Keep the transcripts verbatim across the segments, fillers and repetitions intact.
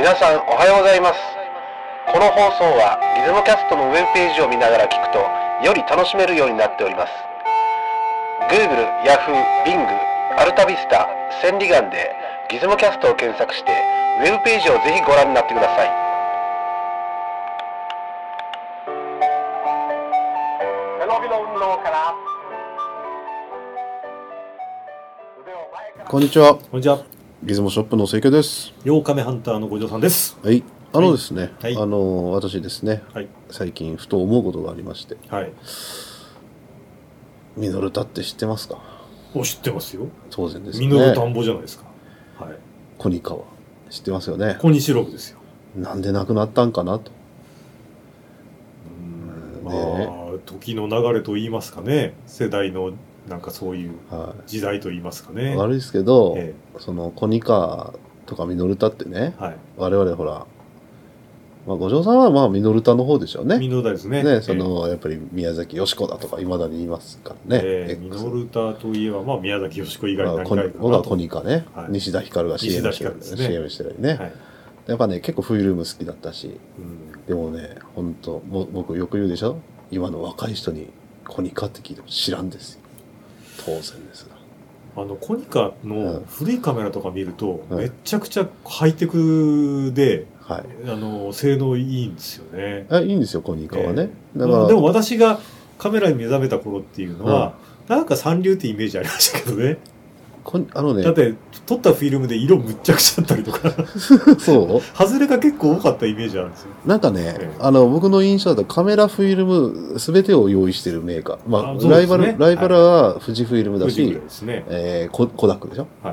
皆さんおはようございます。この放送はギズモキャストのウェブページを見ながら聞くとより楽しめるようになっております。 Google、Yahoo、Bing、アルタビスタ、千里眼でギズモキャストを検索してウェブページをぜひご覧になってください。背伸びの運動からこんにちは。 こんにちは。 ギズモショップの清家です。 ようかめハンターの五条さんです。 はい。あのですね、 はい、 あの私ですね、はい、最近ふと思うことがありまして、はい。ミノルタって知ってますか？ お、知ってますよ。 当然ですね。 ミノル田んぼじゃないですか。はい。 コニカワ知ってますよね。 コニシロブですよ。 なんで亡くなったんかなと。 うん、ね、まあ時の流れと言いますかね。世代のなんかそういう時代と言いますかね。はい、 悪いですけど、ええ、そのコニカワとかミノルタってね、はい、我々ほら、まあ、五条さんはまあミノルタの方でしょうね。 ミノルタですね。 ね、その、ええ、やっぱり宮崎美子だとかいまだに言いますからね。 ええ、ミノルタといえばまあ宮崎美子以外に何回かなと。 僕はコニカね、はい、西田ひかるが シーエム してる、ね、シーエム してるね、はい。やっぱね結構フィルム好きだったし、うん、でもね本当僕よく言うでしょ。今の若い人にコニカって聞いても知らんですよ。当然ですが。 あのコニカの古いカメラとか見ると、うん、めちゃくちゃハイテクで、はい、あの性能いいんですよね。 あ、いいんですよコニカはね、 えー、だからでも私がカメラに目覚めた頃っていうのは、うん、なんか三流ってイメージありましたけどね。こあのね、だって撮ったフィルムで色むっちゃくちゃだったりとかそう外れが結構多かったイメージあるんですよ。 なんかね、ええ、あの僕の印象だとカメラフィルム全てを用意してるメーカー、まあ、あ、ね、ライバルライバルは富士フィルムだし、はい、えー、コ, コダックでしょ、はい、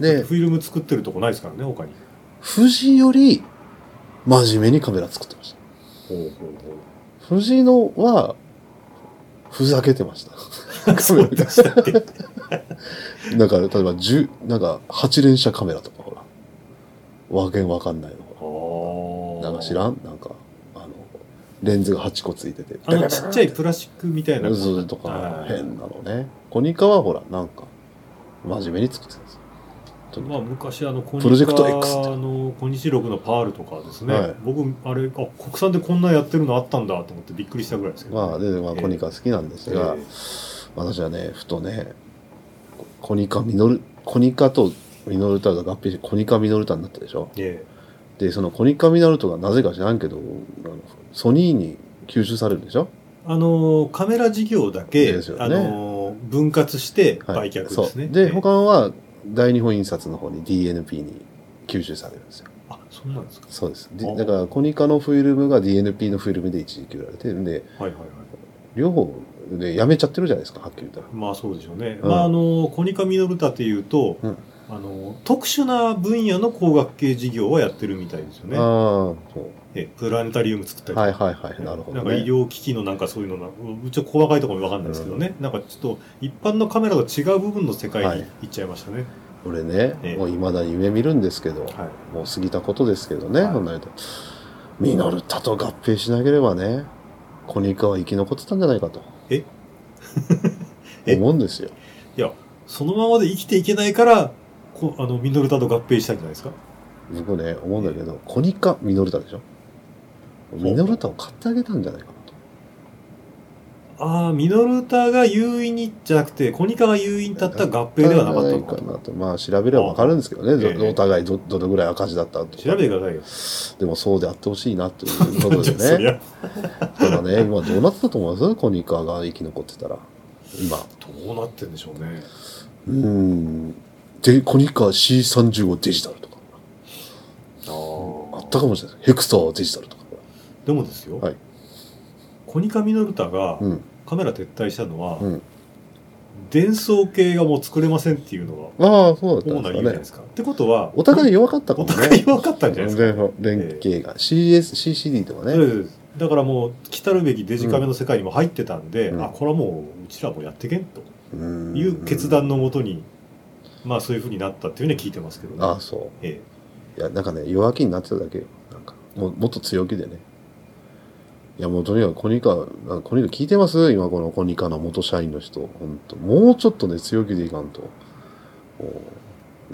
でフィルム作ってるとこないですからね他に。 富士より真面目にカメラ作ってました。ほうほうほう。富士のはふざけてました。 そうでしたっけなんか例えばじゅうなんかはち連射カメラとかほらわけわかんないのほらなんか知らんなんかあのレンズがはちこついててあのちっちゃいプラスチックみたいな渦とか変なのね。コニカはほらなんか真面目に作ってたんですよ。 まあ昔あのコニカのコニシロブのパールとかですね、はい、僕あれあ国産でこんなやってるのあったんだと思ってびっくりしたぐらいですけど、ね、 まあで、まあ、コニカ好きなんですが、えー、私はねふとねコニカミノルコニカとミノルタが合併してコニカミノルタになったでしょ、えー、でそのコニカミノルタがなぜか知らんけどソニーに吸収されるでしょ。 あのカメラ事業だけ、ね、あの分割して売却ですね、 はい、で、えー、他は大日本印刷の方に ディーエヌピー に吸収されるんですよ。 あ、そうなんですか。 そうです。だからコニカのフィルムが ディーエヌピー のフィルムで一時期売られてるんで、はいはいはい、両方でやめちゃってるじゃないですかはっきり言ったら。 まあそうでしょうね。うん、まああのコニカミノルタっていうと、うん、あの特殊な分野の光学系事業はやってるみたいですよね。ああ、そう。えプラネタリウム作ったりとか、 はいはいはい、なるほど、ね、 なんか医療機器のなんかそういうのな、ちょっと細かいところも分かんないですけどね、うん、なんかちょっと一般のカメラと違う部分の世界に行っちゃいましたね。はい、 俺ね、ええ、もう未だに夢見るんですけど、はい、もう過ぎたことですけどね、はい、そんなとミノルタと合併しなければねコニカは生き残ってたんじゃないかとえ思うんですよ。 いやそのままで生きていけないからこあのミノルタと合併したんじゃないですか。 僕ね思うんだけど、ええ、コニカミノルタでしょ。ミノルタを買ってあげたんじゃないかなと。 ああ、ミノルタが優位にじゃなくてコニカが優位に立った合併ではなかったのかなと。まあ調べれば分かるんですけどね、ええ、お互い ど, どのぐらい赤字だったと調べてくださいよ。 でもそうであってほしいなということでねただね今どうなってたと思いますコニカが生き残ってたら。今どうなってるんでしょうね。 うーんでコニカ シーさんじゅうご デジタルとかああったかもしれない。ヘクサーデジタルとか。 でもですよ、はい、コニカミノルタがカメラ撤退したのは、うん、伝送系がもう作れませんっていうのがああそうだったんですかね。 主な理由じゃないですか。ってことはお互い弱かったかもね。 お互い弱かったんじゃないですか。 連携が、えー、シーエス、シーシーディー とかね。 そうです。だからもう来たるべきデジカメの世界にも入ってたんで、うん、あこれはもううちらもやってけんという決断のもとにまあそういうふうになったっていうふうには聞いてますけどね。 ああそう、ええ、いやなんかね弱気になってただけよ。なんかもうもっと強気でね。いやもうとにかくコニカコニカ聞いてます今このコニカの元社員の人本当もうちょっとね強気でいかんとねえ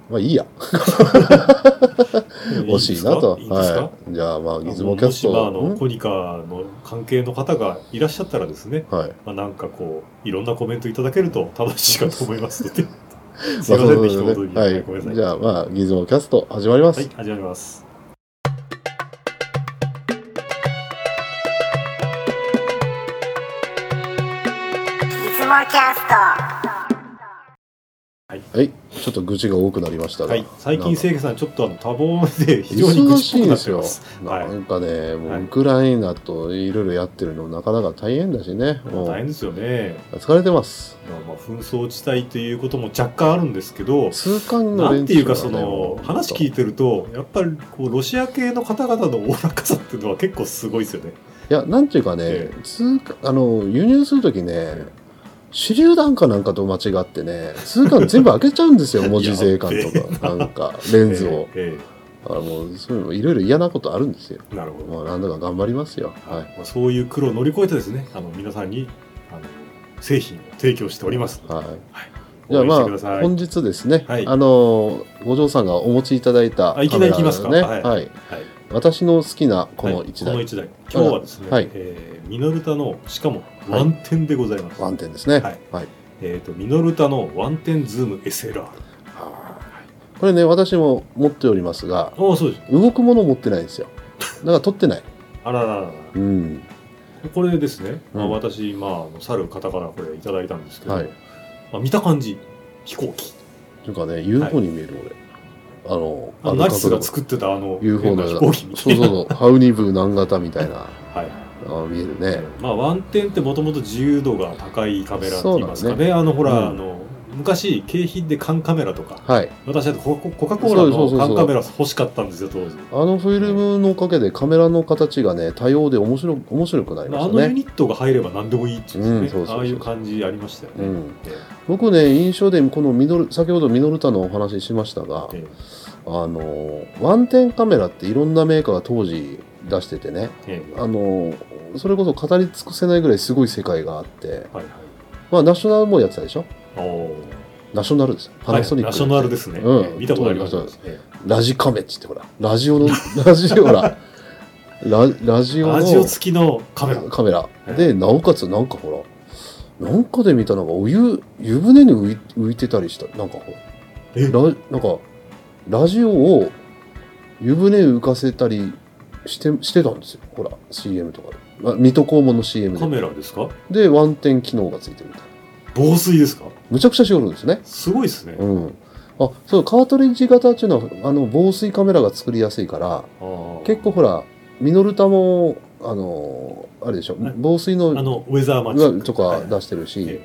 まあいいや惜しいなと。いいですか、はい、じゃあまあギズモキャスト、 もしまああのコニカの関係の方がいらっしゃったらですね、はい、まあなんかこういろんなコメントいただけると楽しいかと思いますので。すいませんね、一言に、 はい、ごめんなさい。じゃあまあギズモキャスト始まります。 はい、始まります。 ギズモキャスト。はい、はい、ちょっと愚痴が多くなりましたが、はい、 最近清家さんちょっとあの多忙で非常に愚痴っぽくなってます。 なんかね、もうウクライナといろいろやってるのなかなか大変だしね。 もう大変ですよね。 疲れてます。 まあ紛争地帯ということも若干あるんですけど、 通関の連中がね、なんていうかその話聞いてるとやっぱりこうロシア系の方々のおおらかさっていうのは結構すごいですよね。 いやなんていうかね、ええ、通あの輸入するときね。ええ手榴弾かなんかと間違ってね通関全部開けちゃうんですよ文字税関とかなんかレンズを、ええええ、あのそういうのいろいろ嫌なことあるんですよ。 なるほど。 まあなんだか頑張りますよ、はいまあ、そういう苦労を乗り越えてですねあの皆さんにあの製品を提供しております、はいはい、 じゃあまあ本日ですね、はい、あの五条さんがお持ちいただいたカメラ、ね、 いきなり来ますか、はいはいはい、 私の好きなこのいちだい、 はい、このいちだい今日はですね、はいえー、ミノルタのしかもワンテンでございます。 ワンテンですね。 はい。はい、えっ、ー、とミノルタのワンテンズーム エスエルアール。 はこれね私も持っておりますが、 あそうです。 動くもの持ってないんですよ。だから撮ってない。 あらららら。 うん。 これですね。まあ、私まああの去る方からこれいただいたんですけど、はい、まあ見た感じ飛行機。 というかね ユーフォー に見える俺。はいあのあのナチスが作ってたあのユーフォー の飛行機みたいな。 そうそうそうハウニブー南型みたいな。はい。あ見えるね。 まあワンテンってもともと自由度が高いカメラって言いますかね。ねあのほら、うん、あの昔京浜で缶カメラとか、はい、私はコカ・コーラの缶カメラ欲しかったんですよ当時。 あのフィルムのおかげでカメラの形がね多様で面白面白くなりましたね。 あのユニットが入れば何でもいいっていうね、うん、そうそうそうああいう感じありましたよね。うん、 僕ね印象でこのミノル先ほどミノルタのお話ししましたが、ええ、あのワンテンカメラっていろんなメーカーが当時出しててね、ええ、あのそれこそ語り尽くせないぐらいすごい世界があって、はいはい、まあナショナルもやってたでしょ。ナショナルですよ。パナソニック、 はい、ナショナルですね。うん、見たことあります。 ラジカメっつってほらラジオのラジオほらラ, ラジオのラジオ付きのカメラカメラでなおかつなんかほらなんかで見たのがお湯湯船に浮い、浮いてたりしたなんかほらラなんかラジオを湯船浮かせたりしてしてたんですよ。ほら シーエム とかで、まあ、水戸黄門の シーエム でカメラですか。 でワンテン機能がついてるみたいな。 防水ですか。 むちゃくちゃしよるんですね。 すごいですね。 うん。あ、そうカートリッジ型っていうのはあの防水カメラが作りやすいから結構ほらミノルタもあのあれでしょ、はい、防水のあのウェザーマッチとか出してるし、はい、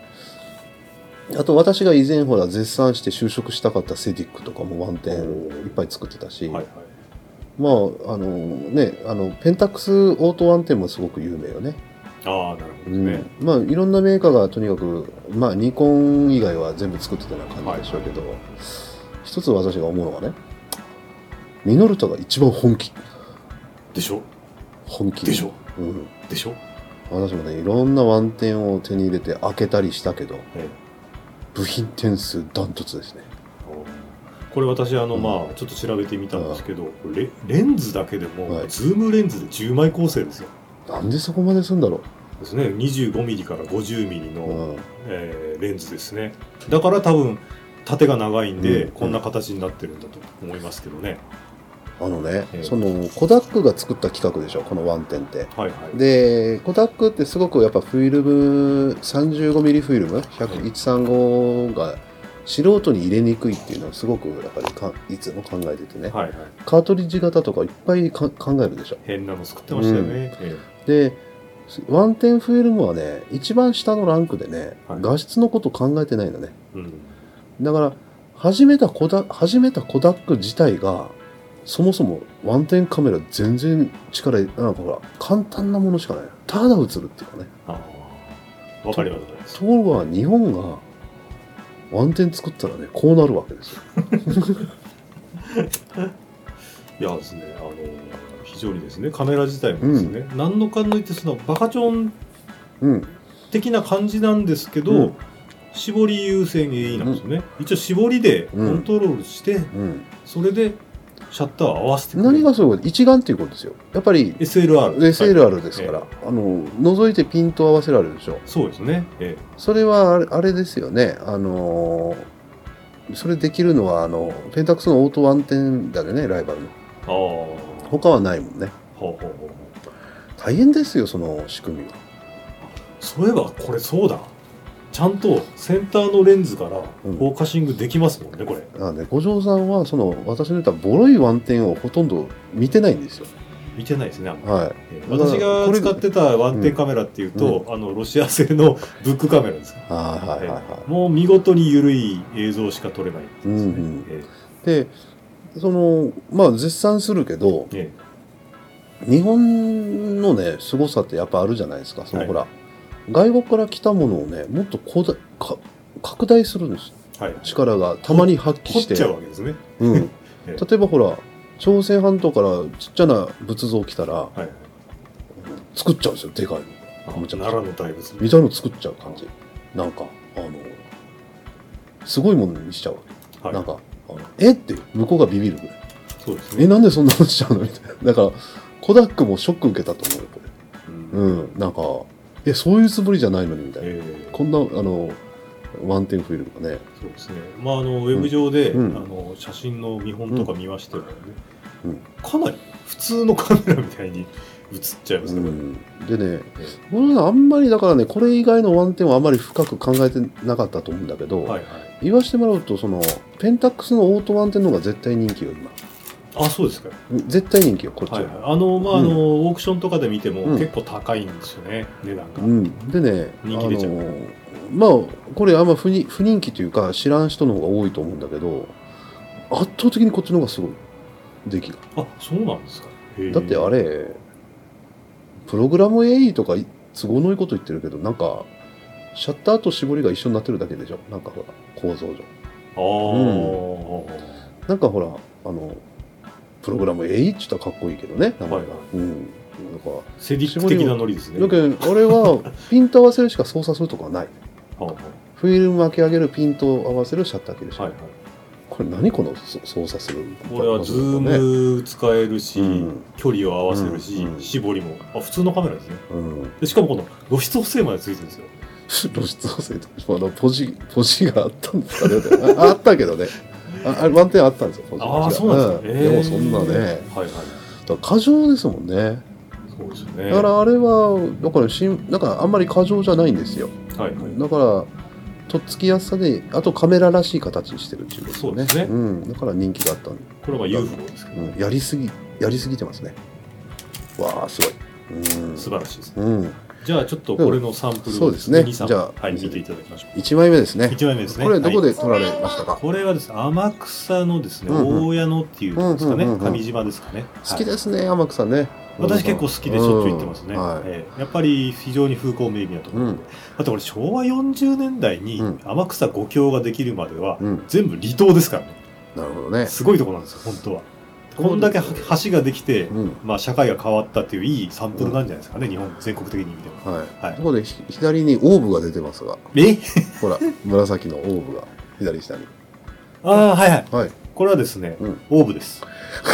あと私が以前ほら絶賛して就職したかったセディックとかもワンテンいっぱい作ってたし、はいはい、まああのねあのペンタックスオートワンテンもすごく有名よね。 ああなるほどね、 うん、まあいろんなメーカーがとにかくまあニコン以外は全部作ってたような感じでしょうけど、はい、一つ私が思うのはねミノルタが一番本気でしょ。 本気でしょ、 うん、 でしょ。 私もねいろんなワンテンを手に入れて開けたりしたけど、ええ、部品点数ダントツですね。 これ私あの、うん、まあちょっと調べてみたんですけど、うん、レ, レンズだけでも、はい、ズームレンズでじゅうまい構成ですよ。 なんでそこまでするんだろうですね。にじゅうごミリからごじゅうミリの、うんえー、レンズですね。だから多分縦が長いんで、うん、こんな形になってるんだと思いますけどね。 あのね、えー、そのコダックが作った企画でしょこのワンテンって、はいはい、でコダックってすごくやっぱフィルム さんじゅうごミリ フィルムひゃくさんじゅうごが素人に入れにくいっていうのをすごくやっぱりかいつも考えててね、はいはい、カートリッジ型とかいっぱいか考えるでしょ。 変なの作ってましたよね、うんえー、でワンテンフィルムはね一番下のランクでね、はい、画質のこと考えてないのね、うん、だから始めたコダ始めたコダック自体がそもそもワンテンカメラ全然力なんかほら簡単なものしかない。ただ映るっていうかね。ああ、わかります。 ところが日本がワンテン作ったらねこうなるわけですよ。 いやですねあの非常にですねカメラ自体もですね、うん、何のかんの言ってそのバカチョン的な感じなんですけど、うん、 絞り優先 エーイー なんですよね、うん、一応絞りでコントロールして、うん、それでシャッターを合わせてくれる。 何がそうか一眼っていうことですよやっぱりエスエルアールエスエルアール ですから、はい、あの覗いてピント合わせられるでしょ。 そうですね、ええ、 それはあれ、あれですよねあのそれできるのはあのペンタックスのオートワンテンだよねライバルの。あ他はないもんね。ほうほうほう大変ですよその仕組みは。 そういえばこれそうだちゃんとセンターのレンズからフォーカシングできますもんね、うん、これ。 あね、五条さんはその私の言ったボロいワンテンをほとんど見てないんですよ。 見てないですね。はい、 私が使ってたワンテンカメラっていうと、うん、あのロシア製のブックカメラです。 あ、はいはいはい、 もう見事に緩い映像しか撮れないですね。うんうん、 えー、でそのまあ絶賛するけど、えー、日本のね凄さってやっぱあるじゃないですか。その、はい、ほら外国から来たものをねもっとこだか拡大するんです、はい、力がたまに発揮して掘っちゃうわけですね、 うん、例えばほら朝鮮半島からちっちゃな仏像来たら、はい、作っちゃうんですよでかいの。 奈良の大仏みたいの作っちゃう感じ。なんかあのすごいものにしちゃうわけ、はい、なんかあのえって向こうがビビるぐらい。 そうですね。 えなんでそんなのしちゃうのみたいな。だからコダックもショック受けたと思うよこれ、うん、うん、なんかえそういうつもりじゃないのにみたいな、えー、こんなあのワンテンフィルムがね。 そうですね。まああのウェブ上で、うん、あの写真の見本とか見ましてもね、うん、かなり普通のカメラみたいに映っちゃいますね、うん、 でね、えー、あんまりだからねこれ以外のワンテンはあんまり深く考えてなかったと思うんだけど、はいはい、言わせてもらうとそのペンタックスのオートワンテンの方が絶対人気よ今。 あ、そうですか。 絶対人気よこっちは、はいはい、 あのまあ、うん、あのオークションとかで見ても、うん、結構高いんですよね値段が、 うん、でね人気出ちゃう、あのまあこれあんま不人不人気というか知らん人の方が多いと思うんだけど圧倒的にこっちの方がすごい出来が。 あ、そうなんですか。 だってあれプログラム エーイー とか都合のいいこと言ってるけどなんかシャッターと絞りが一緒になってるだけでしょなんかほら構造上。ああ、うん、なんかほらあのプログラム エーイー って言ったらかっこいいけどね名前が、はいはい、うん、なんかセディック的なノリですね。 だけど俺はピント合わせるしか操作するとかはないフィルム巻き上げるピントを合わせるシャッター切るしかない、はいはい、これ何この操作する。 これはズーム使えるし、うん、距離を合わせるし、うん、絞りもあ普通のカメラですね、うん、でしかもこの露出補正までついてるんですよ。 露出補正とあのポジポジがあったんですかね。あ, あったけどねあワンテンあったんですよポジ。 ああそうなんですか、 うん、でもそんなね、はいはい、だから過剰ですもんね。 そうですね。 だからあれはだからしんなんかあんまり過剰じゃないんですよ、はいはい、だからとっつきやすさであとカメラらしい形にしてるっていうことですね。そうですね、うん、だから人気があったんで。 これは ユーフォー ですけど、 うん、やりすぎやりすぎてますね。わあすごい、 うん、素晴らしいですね、うん、じゃあちょっとこれのサンプルをそうですね。じゃあ、 はい、見ていただきましょう。 いちまいめですね。 いちまいめですね。 これどこで撮られましたか。 これはですね天草のですね、うんうん、大矢野っていうところですかね、うんうんうんうん、上島ですかね。 好きですね、はい、天草ね。 私結構好きでしょっちゅう行ってますね、うんはいえー、やっぱり非常に風光明媚なところで、うん、あとこれしょうわよんじゅうねんだいに天草五橋ができるまでは、うん、全部離島ですからね。なるほどね。すごいところなんですよ本当は。こんだけ橋ができて、うん、まあ、社会が変わったっていういいサンプルなんじゃないですかね、うん、日本全国的に見ても。はいはい、 ここで左にオーブが出てますがえほら紫のオーブが左下に。 ああはいはい、はい、これはですね、うん、オーブです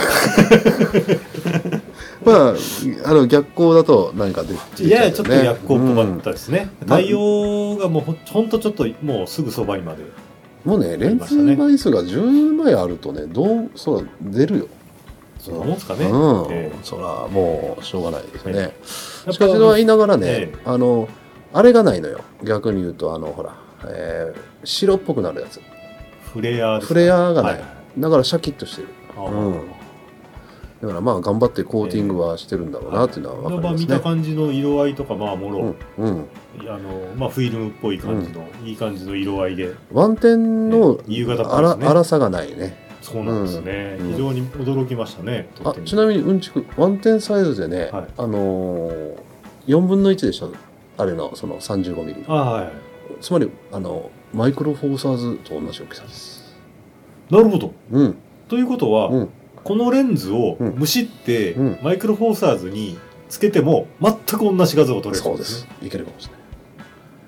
まあ、あの逆光だと何か出て、 ね、いやちょっと逆光っぽかったですね、うん、太陽がもうほ, ほんとちょっともうすぐそばにまで、ね、 もうねレンズ枚数がじゅうまいあるとねどうそう出るよ。 そんなもんですかね、 うんえー、そらもうしょうがないですね、えー、しかしとは言いながらね、えー、あのあれがないのよ逆に言うとあのほら、えー、白っぽくなるやつフレアですか。 フレアがない、はい、だからシャキッとしてる、うん、だからまあ頑張ってコーティングはしてるんだろうなっていうのは分かりますね、 はい、見た感じの色合いとかまあもろ、うんうん、あのまあ、フィルムっぽい感じの、うん、いい感じの色合いでワンテンの夕方っぽいですね。粗さがないね。 そうなんですね、うん、非常に驚きましたね。 あちなみにうんちくワンテンサイズでね、はい、あのー、よんぶんのいちでしょあれのその さんじゅうごミリ あ、はい、つまりあのマイクロフォーサーズと同じ大きさです。 なるほど、うん、ということは、うん、このレンズをむしって、うん、マイクロフォーサーズにつけても全く同じ画像が撮れるんですね。 そうです。いけるかもしれない。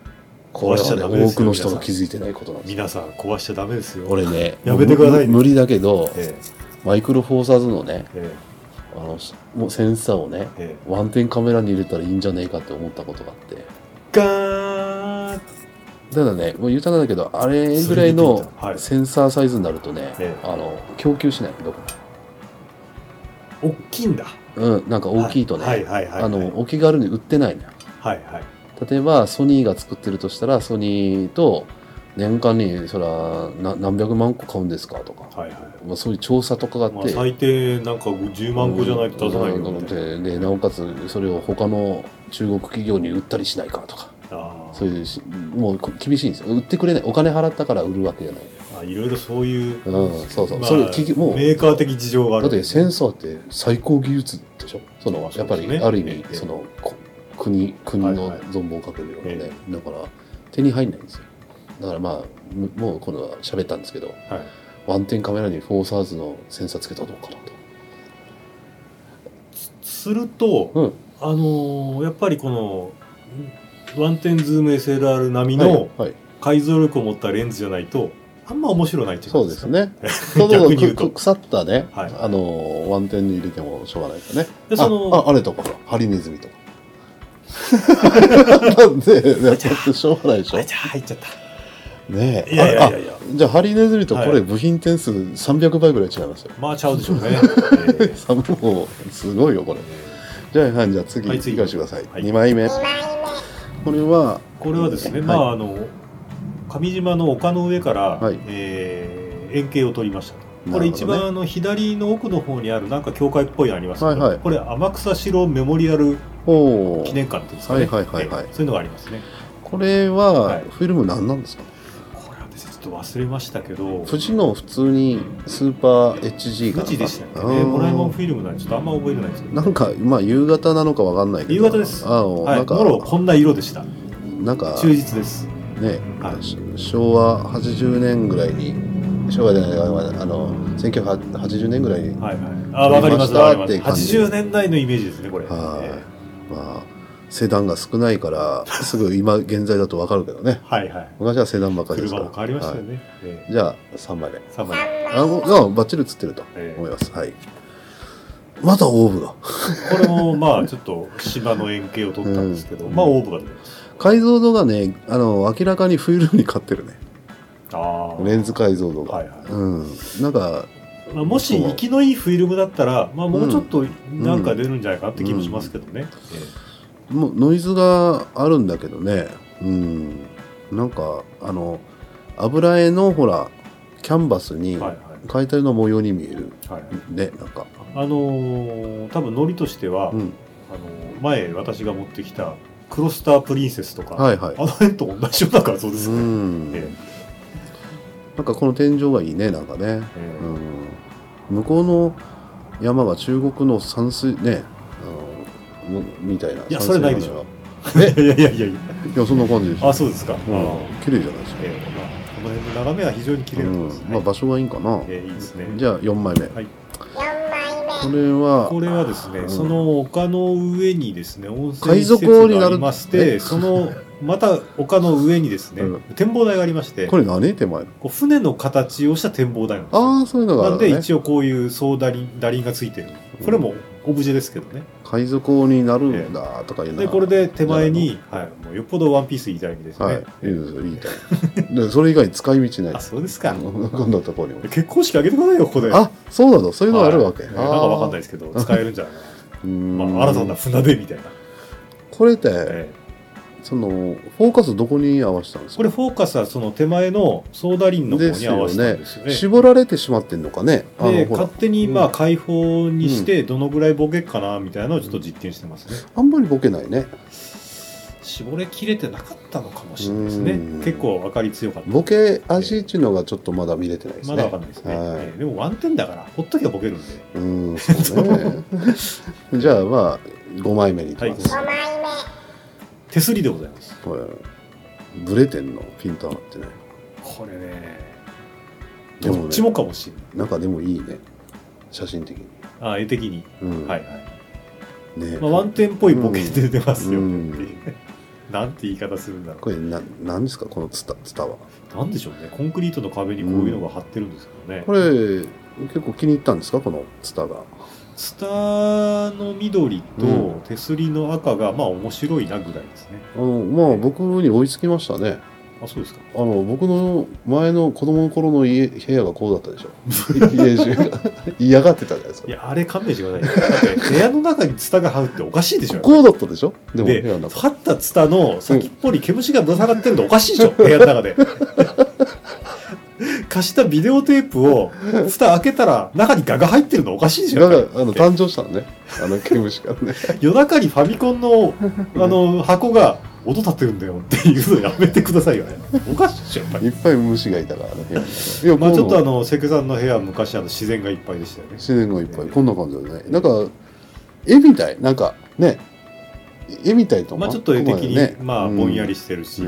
壊しちゃダメですよ。多くの人が気づいてないことなんです。 皆さん壊しちゃダメですよ。 俺ね、 やめてくださいね。 無理だけど、 ええ、 マイクロフォーサーズのね、 ええ、あのもうセンサーをね、ええ、ワンテンカメラに入れたらいいんじゃねえかって思ったことがあって。 ガーン。 ただね、もう言うたんだけど、あれぐらいのセンサーサイズになるとね、ええ、あの供給しないどこも。大きいんだ。 うん、なんか大きいとね、はいはいはいはい、あのお気軽に売ってないのよ。はいはい。例えばソニーが作ってるとしたら、ソニーと年間にそら何百万個買うんですかとか、はいはい、まあ、そういう調査とかがあって、まあ、 最低なんかじゅうまんこじゃないと出さないよって、 うん、でなおかつそれを他の中国企業に売ったりしないかとか、あ、そういうもう厳しいんですよ。売ってくれない、お金払ったから売るわけじゃない。 あ、いろいろそういう、 うん、そうそう、 まあ、 それもうメーカー的事情がある。 だってセンサーって最高技術でしょ。その、やっぱりある意味、ええ、その国, 国の存分をかけるようなね、はいはい、だから手に入んないんですよ。だからまあもう今度は喋ったんですけど、はい、ワンテンカメラにフォーサーズのセンサーつけたらどうかなと。 すると、うん、あのー、やっぱりこのワンテンズーム エスエルアール 並みの解像力を持ったレンズじゃないとあんま面白ないっていうことですか。 そうですね。逆に言うと腐ったね、はい、あのー、ワンテンに入れてもしょうがないかね。でその あ, あ, あれとかハリネズミとかなんでやっちゃってしょうがないでしょ。 あ、じゃあ入っちゃったねえ。 いやいやいやいや、 じゃあハリネズミとこれ部品点数さんびゃくばいぐらい違いますよ。 まあちゃうでしょうね。えー、 もうすごいよこれ。じゃあ、はい、じゃあ次、はい、次行かせてください。はい、にまいめ。これはこれはですね、はい、まああの上島の丘の上から、はい、えー、円形を取りました。これ一番あの左の奥の方にあるなんか教会っぽいのありますけど、はいはい、これ天草四郎メモリアル記念館っていうんですかね、はいはいはいはい、そういうのがありますね。 これはフィルム何なんですか。 これはですねちょっと忘れましたけど、 富士の普通にスーパー エイチジー か富士でしたね。ドラえもんフィルムなんでちょっとあんま覚えてないですけど、 なんかまあ夕方なのかわかんないけど、 夕方です。あ、はい、なんかもろこんな色でした。 なんか忠実ですね、はい、昭和はちじゅうねんぐらいに、昭和じゃない、あのせんきゅうひゃくはちじゅうねんぐらいに、はいはい、 あ、わかりますわかります。はちじゅうねんだいのイメージですねこれ。 はい、えー、まあセダンが少ないからすぐ今現在だとわかるけどね。はいはい。昔はセダンばかりですから。 車も変わりましたよね。はい、 えー、じゃあさんまいめ。 さんまいめ。 あのバッチリ映ってると思います。えー、はい。またオーブが。 これもまあちょっと芝の円形を取ったんですけど、うん、まあオーブが出ます。 解像度がね、あの明らかにフィルムに勝ってるね。あレンズ解像度が、はいはい、うん、なんか、 まあ、もし生きのいいフィルムだったら、まあ、もうちょっとなんか出るんじゃないかって気もしますけどね、 うんうん、もうノイズがあるんだけどね、うん、なんかあの油絵のほらキャンバスに描いたような模様に見える、はいはい、ね、なんかあのー、多分ノリとしては、うん、あのー、前私が持ってきたクロスタープリンセスとか、はいはい、あの辺と同じような画像ですね。うん、ええ、 なんかこの天井がいいね、なんかね、えーうん、向こうの山が中国の山水ね、あのみたいな。 いやそれないでしょ。 えいやいやいやいや、 いやそんな感じでしょ。 あ、そうですか。うん、 綺麗じゃないですか。えーまあ、この辺の眺めは非常に綺麗なんですね。 うん、まあ場所がいいんかな。 えー、いいですね。 じゃあよんまいめ。はい。これはこれはですね、うん、その丘の上にですね温泉施設がありまして、そのまた丘の上にですね、うん、展望台がありまして、 これ何手前のこう船の形をした展望台なんですよ。 ああ、そういうのがある、ね、 なんで一応こういう総打輪打輪がついてる。これもオブジェですけどね。 海賊王になるんだとかいうの、 えー、でこれで手前に、はい、もうよっぽどワンピース言いたい意味ですね。 はい、いいですよ、言いたい。でそれ以外に使い道ない。 あ、そうですか。 こんなところにも結婚式あげてくださいよここで。 あ、そうなの、そういうのがあるわけ。はい、 なんかわかんないですけど使えるんじゃないかな。まあ新たな船出みたいな。 これって、えーそのフォーカスどこに合わせたんですか。 これフォーカスはその手前のソーダリンの方に合わせたんですよね。 絞られてしまってんのかね。 で勝手にまあ開放にしてどのぐらいボケかなみたいなのをちょっと実験してますね。 あんまりボケないね。 絞れきれてなかったのかもしれないですね。結構明かり強かった。 ボケ味っていうのがちょっとまだ見れてないですね。 まだわかんないですね。はい、えー、でもワンテンだからほっときゃボケるんで。 うん、そうね。じゃあまあごまいめにいきます。 はい、手すりでございます。 これブレてんのピント合ってね。 これね、どっちもかもしれない。 なんかでもいいね、写真的に。 あ、絵的に。うん、はいはい。 ね、 まあワンテンっぽいボケで出てますよ、うん、 なんて言い方するんだろう。 これな何ですかこのツタツタは。 なんでしょうね。コンクリートの壁にこういうのが貼ってるんですけどね。 うん、これ結構気に入ったんですかこのツタが。 ツタの緑と手すりの赤がまあ面白いなぐらいですね。 あのまあ僕に追いつきましたね。 あ、そうですか。 あの僕の前の子供の頃の家部屋がこうだったでしょ。家中が嫌がってたじゃないですか。 いやあれ勘弁してください。だって部屋の中にツタが這うっておかしいでしょ。 こうだったでしょ。でもで張ったツタの先っぽに毛虫がぶら下がってるのおかしいでしょ。部屋の中で。貸したビデオテープを蓋開けたら中にガが入ってるのおかしいでしょ。 ガがあの誕生したのね。あの毛虫がね。 夜中にファミコンのあの箱が音立ってるんだよっていうのやめてくださいよね。おかしいでしょ。 いっぱい虫がいたからね。 いやまあちょっとあの関さんの部屋は昔あの自然がいっぱいでしたよね。 自然がいっぱい、こんな感じだね。なんか絵みたいなんかね。絵みたいとまあちょっと絵的に、ね、まあぼんやりしてるし、うん、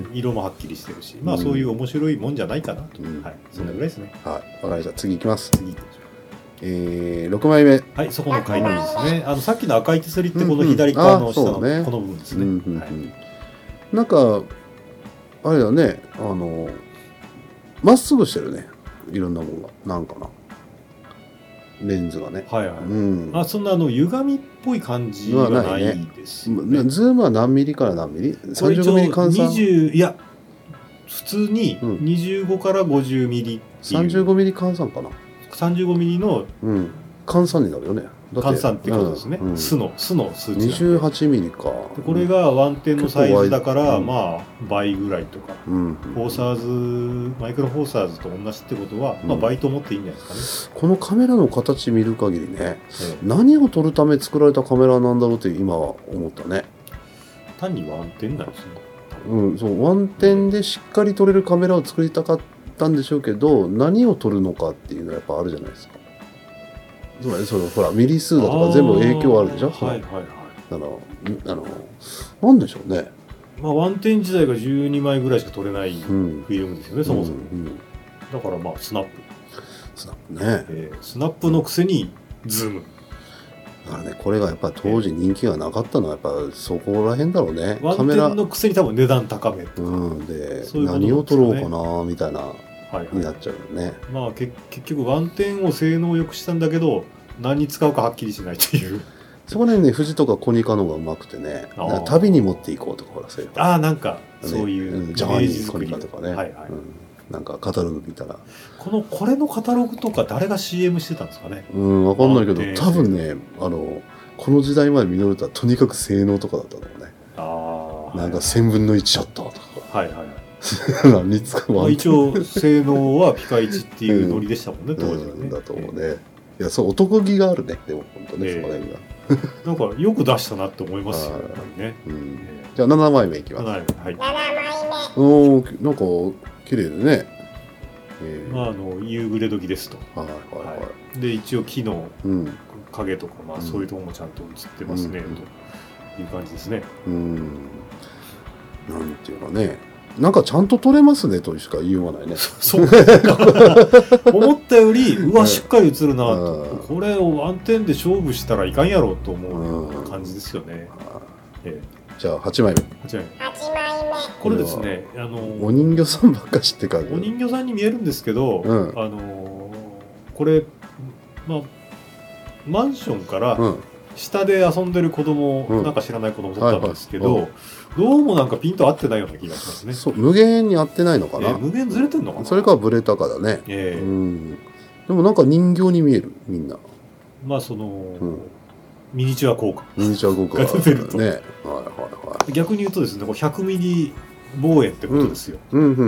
色もはっきりしてるし、まあそういう面白いもんじゃないかなと、うん、はい、そんなぐらいですね。 はい、わかりました。次いきます。 次行きましょう。 えー、ろくまいめ。 はい、そこの階段ですね。あのさっきの赤い手すりってこの左側の下のこの部分ですね。 なんかあれだね、あのまっすぐしてるね。いろんなものがなんかな。レンズがね。 はいはい。うん、あ、そんなあの歪みっぽい感じはないですよね。 ズームは何ミリから何ミリ？さんじゅうごミリ換算。 にじゅういや普通ににじゅうごからごじゅうミリっていう。 さんじゅうごミリ換算かな。 さんじゅうごミリの換算になるよね。 換算ってことですね。素の素の数値。 にじゅうはちミリか。 これがワンテンのサイズだからまあ倍ぐらいとか。フォーサーズマイクロフォーサーズと同じってことはまあ倍と思っていいんじゃないですかね。 このカメラの形見る限りね、何を撮るため作られたカメラなんだろうって今は思ったね。 単にワンテンなんですね。 うん、そうワンテンでしっかり撮れるカメラを作りたかったんでしょうけど、何を撮るのかっていうのはやっぱあるじゃないですか。つまりそのほらミリ数だとか全部影響あるでしょ。 はいはいはい。 あのあのなんでしょうね。 まあワンテン自体がじゅうにまいぐらいしか撮れないフィルムですよね、うん、そもそも、うんうん、だからまあスナップスナップね、 えー、スナップのくせにズームだからね、これがやっぱ当時人気がなかったのはやっぱそこら辺だろうね。 ワンテンのくせに多分値段高めとか、 うん、で何を撮ろうかなみたいなになっちゃうよね。 まあけ結局ワンテンを性能を良くしたんだけど何に使うかはっきりしないというそこら辺ね、富士とかコニカの方がうまくてね、旅に持っていこうとかほらそういうああなんかそういう、 ね、ジャパニーズコニカとかね、 はいはい、 うん、なんかカタログ見たらこのこれのカタログとか誰が シーエム してたんですかね。 うん分かんないけど多分ねあのこの時代までミノルタはとにかく性能とかだったのね。ああなんかせんぶんのいちショットとかはいはい何に使うわ、 まあ、一応性能はピカイチっていうノリでしたもんね、うん、当時はね、 うん、だと思うね、えーいやそう男気があるね。でも本当ね、えー、そこら辺がなんかよく出したなって思いますよね、 うん、じゃあななまいめいきます。 はい、 おおなんか綺麗でね、 えー、まああの夕暮れ時ですと、はいはいはいはい、で一応木の影とか、うん、まあそういうところもちゃんと映ってますね、うん、という感じですね。 うんなんていうかねなんかちゃんと撮れますねとしか言いようがないね。 そう思ったよりうわしっかり映るなと、これをワンテンで勝負したらいかんやろうと思う感じですよね。 ええ、じゃあはちまいめ。 はちまいめ。これですね、あのお人形さんばっか知って感じ。 お人形さんに見えるんですけど、うん、あのこれまあマンションから下で遊んでる子供、うん、なんか知らない子供だったんですけど。はいはい、どうもなんかピンと合ってないような気がしますね。 そう無限に合ってないのかな、えー、無限ずれてんのかな。 それかブレたかだね、えーうん、でもなんか人形に見えるみんな。 まあその、うん、ミニチュア効果ミニチュア効果が出てると、 ね、はいはいはい、 逆に言うとですねひゃくミリ望遠ってことですよ。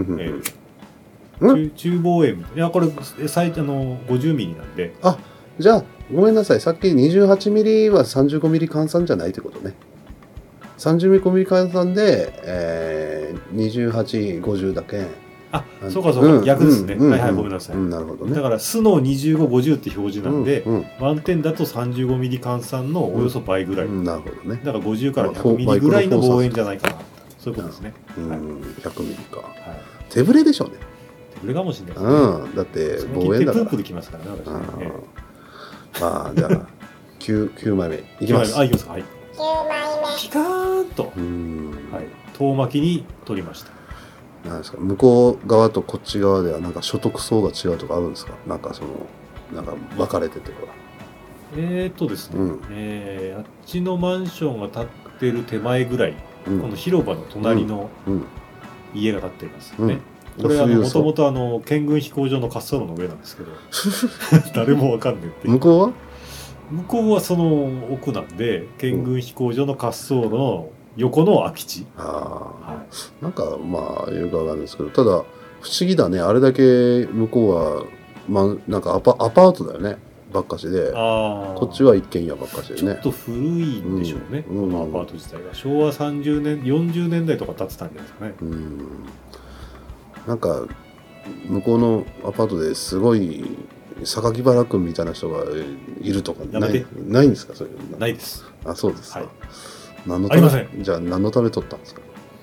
中望遠いやこれ最あのごじゅうミリなんで。 あじゃあごめんなさいさっきにじゅうはちミリはさんじゅうごミリ換算じゃないってことね。さんじゅうミリ換算で、えー、にじゅうはち、ごじゅうだけ。 あ、そうかそうか、うん、逆ですね、うん、はいはい、ごめんなさい、 うん、なるほどね。 だから素のにじゅうご、ごじゅうって表示なんで、うんうん、ワンテンだとさんじゅうごミリ換算のおよそ倍ぐらい、 うんうん、なるほどね。 だからごじゅうからひゃくミリぐらいの望遠じゃないかな、そういうことですね。 うん、はい、ひゃくミリか、はい。手ぶれでしょうね。 手ぶれかもしれないですね。 うん、だって望遠だから。 プープできますからね、私ね。 まあ、じゃあきゅう、きゅうまいめいきます。 あ、いきますか。はい。ピカーンと、 はい、遠巻きに撮りました。 なんですか、向こう側とこっち側ではなんか所得層が違うとかあるんですか？なんかそのなんか分かれててほら。 えーっとですね、うん、えー、あっちのマンションが建ってる手前ぐらい、うん、この広場の隣の家が建っていますよね。うん、これはもともと県軍飛行場の滑走路の上なんですけど誰もわかんないっていう。 向こうは向こうはその奥なんで県軍飛行場の滑走路の横の空き地。 ああ、はい、なんかまあよくわかるんですけど、ただ不思議だね、あれだけ向こうは、まあ、なんかアパ、アパートだよねばっかしで、こっちは一軒家ばっかしでね。 ちょっと古いんでしょうね、うん、このアパート自体が昭和さんじゅうねんよんじゅうねんだいとか建ってたんじゃないですかね。うん、 なんか向こうのアパートですごい榊原君みたいな人がいるとかない、ないんですか？そういうのないです。 あ、そうですか、はい、 何のため、ありません。 じゃあ何のため撮ったんですか？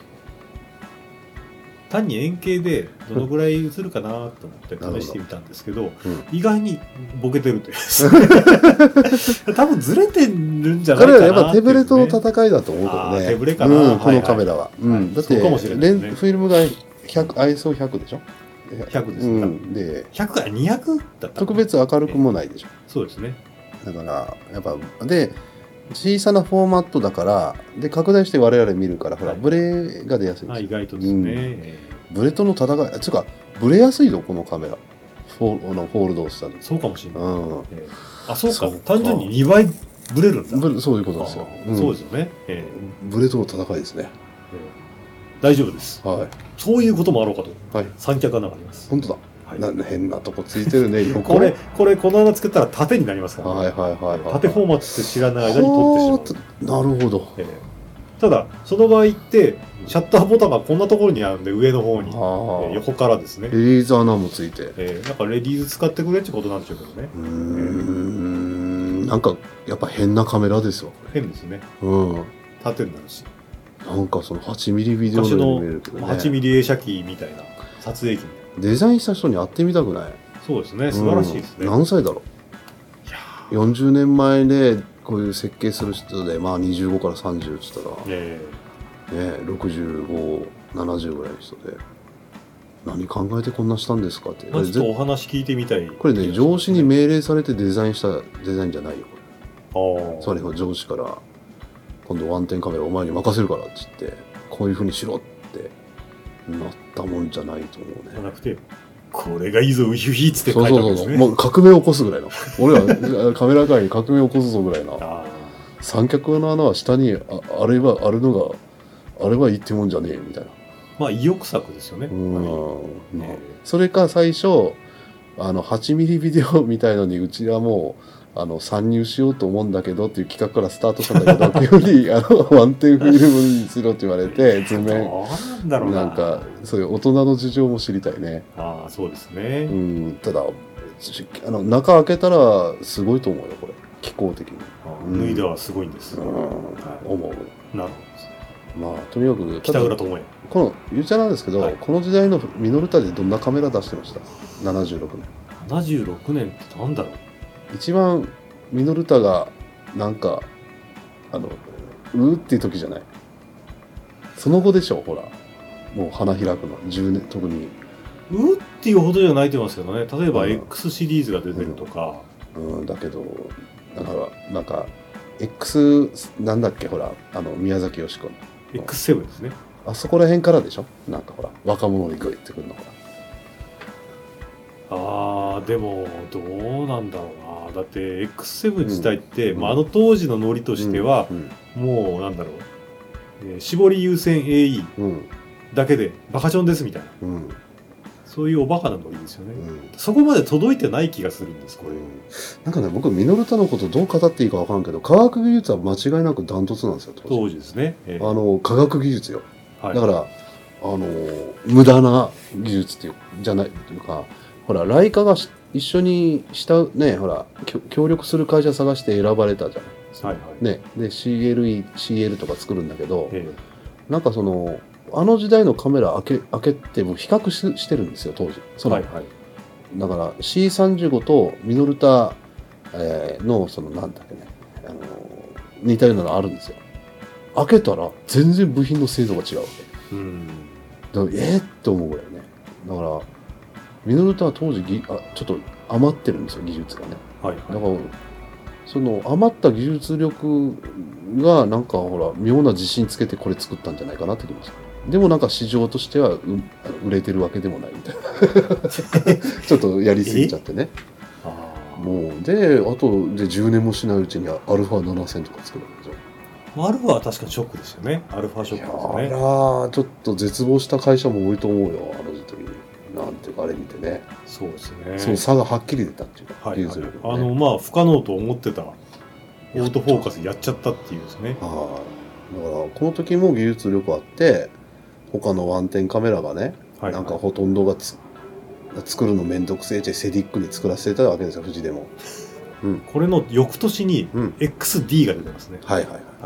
単に円形でどのぐらい映るかなと思って試してみたんですけど、どうん、意外にボケてるという多分ずれてるんじゃないかなっていう、ね、彼はやっぱ手ブレとの戦いだと思うけどね。 手ブレかな、 うん、このカメラは、はいはい、うん、だってレン、ね、フィルムがひゃく アイエスオーひゃく でしょ。 ひゃくですね、うん、でひゃくからにひゃくだった特別明るくもないでしょ、 えー、そうですね。 だからやっぱで小さなフォーマットだからで拡大して我々見るから、ほら、はい、ブレが出やすいんですよ。 意外とですね、 うん、ブレとの戦いつうかブレやすいのこのカメラフォー、フォールドをしたの。 そうかもしれない、うんえー、あそうかそうか単純ににばいブレるんだ。 ブレそういうことですよ、 うん、そうですよね、えー、ブレとの戦いですね、 えー、大丈夫です、はい、そういうこともあろうかと、はい、三脚穴があります。 本当だ、はい、な変なとこついてるねこれこれこの穴つけたら縦になりますから、ね、 はいはいはい、はい、 縦フォーマットって知らない間に撮ってしまう。なるほど、 えー、ただその場合ってシャッターボタンがこんなところにあるんで上の方に、えー、横からですねレーザー穴もついて、 えー、なんかレディーズ使ってくれってことなんでしょうけどね。 うーん、えー、なんかやっぱ変なカメラですよ。 変ですね、うん、縦になるしなんかそのはちミリビデオのように見えるけどね、 はちミリ映写機みたいな撮影機みたいな。 デザインした人に会ってみたくない？ そうですね、素晴らしいですね、 うん、何歳だろう。いやよんじゅうねんまえでこういう設計する人で、まあにじゅうごからさんじゅうって言ったら、えーね、ろくじゅうご、ななじゅうぐらいの人で何考えてこんなしたんですかって、 まあ、ちょっとお話聞いてみたい。 これね、上司に命令されてデザインしたデザインじゃないよこれ。あ、それが上司から今度ワンテンカメラお前に任せるからって言ってこういうふうにしろってなったもんじゃないと思うね。 じゃなくてこれがいいぞウヒウヒっつって書いたわけですね。 そうそうそう、もう革命を起こすぐらいの俺はカメラ界に革命を起こすぞぐらいの三脚の穴は下に あ, あれはあるのがあれはいいってもんじゃねえみたいな。 まあ意欲作ですよね。うん、 えー、それか最初あのはちミリビデオみたいのにうちはもうあの参入しようと思うんだけどっていう企画からスタートしたんだけどっていうふうにあのワンテンフィルムにしろって言われて図面なんだろう な, なんかそういう大人の事情も知りたいね。 ああそうですね、 うん、ただあの中開けたらすごいと思うよこれ気候的に。 脱いではすごいんです、うん、はい、 思う。なるほど。まあとにかく北浦智也この言っちゃなんですけど、はい、この時代のミノルタでどんなカメラ出してました？ななじゅうろくねん。 ななじゅうろくねんってなんだろう。 一番ミノルタがなんかあのうーっていう時じゃない。その後でしょ。ほらもう花開くのじゅうねん特にうーっていうほどじゃないと思いますけどね。例えば X シリーズが出てるとか、 うんうんうん、だけどだからなんか X なんだっけほらあの宮崎美子のエックスセブン ですね。 あそこら辺からでしょ。なんかほら若者にグイってくるのかな。あーでもどうなんだろうな。だって エックスセブン 自体って、うんまあ、あの当時のノリとしては、うんうん、もうなんだろう、えー、絞り優先 エーイー だけでバカチョンですみたいな、うん、そういうおバカなノリですよね、うん、そこまで届いてない気がするんですこれ、うん、 なんかね僕ミノルタのことどう語っていいか分からんけど科学技術は間違いなくダントツなんですよ。 当時ですね、 えー、あの科学技術よ、はい、だからあの無駄な技術っていうじゃないというかほらライカが一緒にしたねほら協力する会社探して選ばれたじゃない、はいはいね、で シーエルイー、シーエル とか作るんだけど、えー、なんかそのあの時代のカメラ開け、開けても比較 し, してるんですよ当時その、はいはい、だから シーさんじゅうご とミノルタ、えー、のそのなんだっけねあの似たようなのあるんですよ。 開けたら全然部品の精度が違うわけ、うん、だからえー、って思うぐらいね。だからミノルタは当時ぎあちょっと余ってるんですよ技術がね、はいはい、だからその余った技術力がなんかほら妙な自信つけてこれ作ったんじゃないかなって気がします。でもなんか市場としては売れてるわけでもないみたいなちょっとやりすぎちゃってね。あもうであとでじゅうねんもしないうちにアルファななせんとか作るわけでしょ。 アルファは確かにショックですよね。アルファショックですね。 いやーちょっと絶望した会社も多いと思うよあの時に。なんていうかあれ見てね。 そうですね。 その差がはっきり出たっていうか、 はいはいね、あのまあ不可能と思ってたオートフォーカスやっちゃったっていうですね。 はい。だからこの時も技術力あって他のワンテンカメラがね、はいはい、なんかほとんどがつ作るのめんどくせえってセディックに作らせてたわけですよ富士でも、 うん、これの翌年に エックスディー が出てますね、 うん、はいはいはい、はい、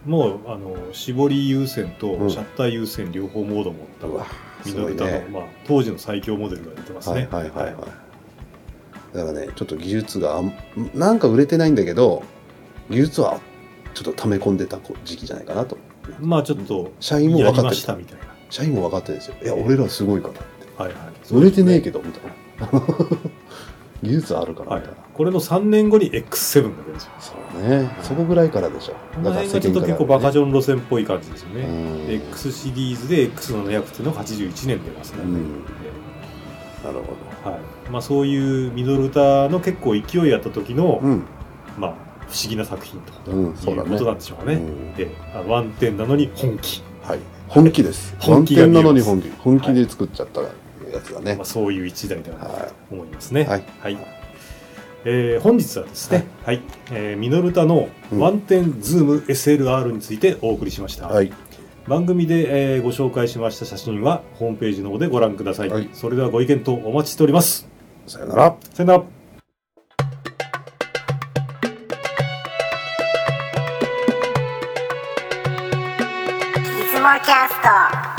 もうあの絞り優先とシャッター優先両方モードを持ったミノルタの、ねまあ、当時の最強モデルが出てますね。はいはいはい、はい、 だからねちょっと技術がなんか売れてないんだけど技術はちょっと溜め込んでた時期じゃないかなと。 まあちょっと社員も分かってたみたいな。 社員も分かってるんですよ。いや俺らすごいからって、はいはい、売れてねえけどみたいな技術あるからみたいな、はい、 これのさんねんごに エックスセブン が出るんですよ。 そうね、そこぐらいからでしょ。 だからちょっと結構バカジョン路線っぽい感じですよね。 X シリーズで エックスななひゃく っていうのがはちじゅういちねん出ますね。うん、 なるほど、 はいまあ、そういうミノルタの結構勢いあった時の、うんまあ、不思議な作品ということなんでしょうかね。うん、でワンテンなのに本気、 はい、本気です。ワンテンなのに本気本気で作っちゃったやつだね。 はいまあ、そういう一台だなと思いますね。はい、はいえー、本日はですね、はいはいえー、ミノルタのワンテンズーム エスエルアール についてお送りしました。はい、番組で、えー、ご紹介しました写真はホームページの方でご覧ください。はい、それではご意見とお待ちしております。 さよなら。 さよなら。 いつもキャスト。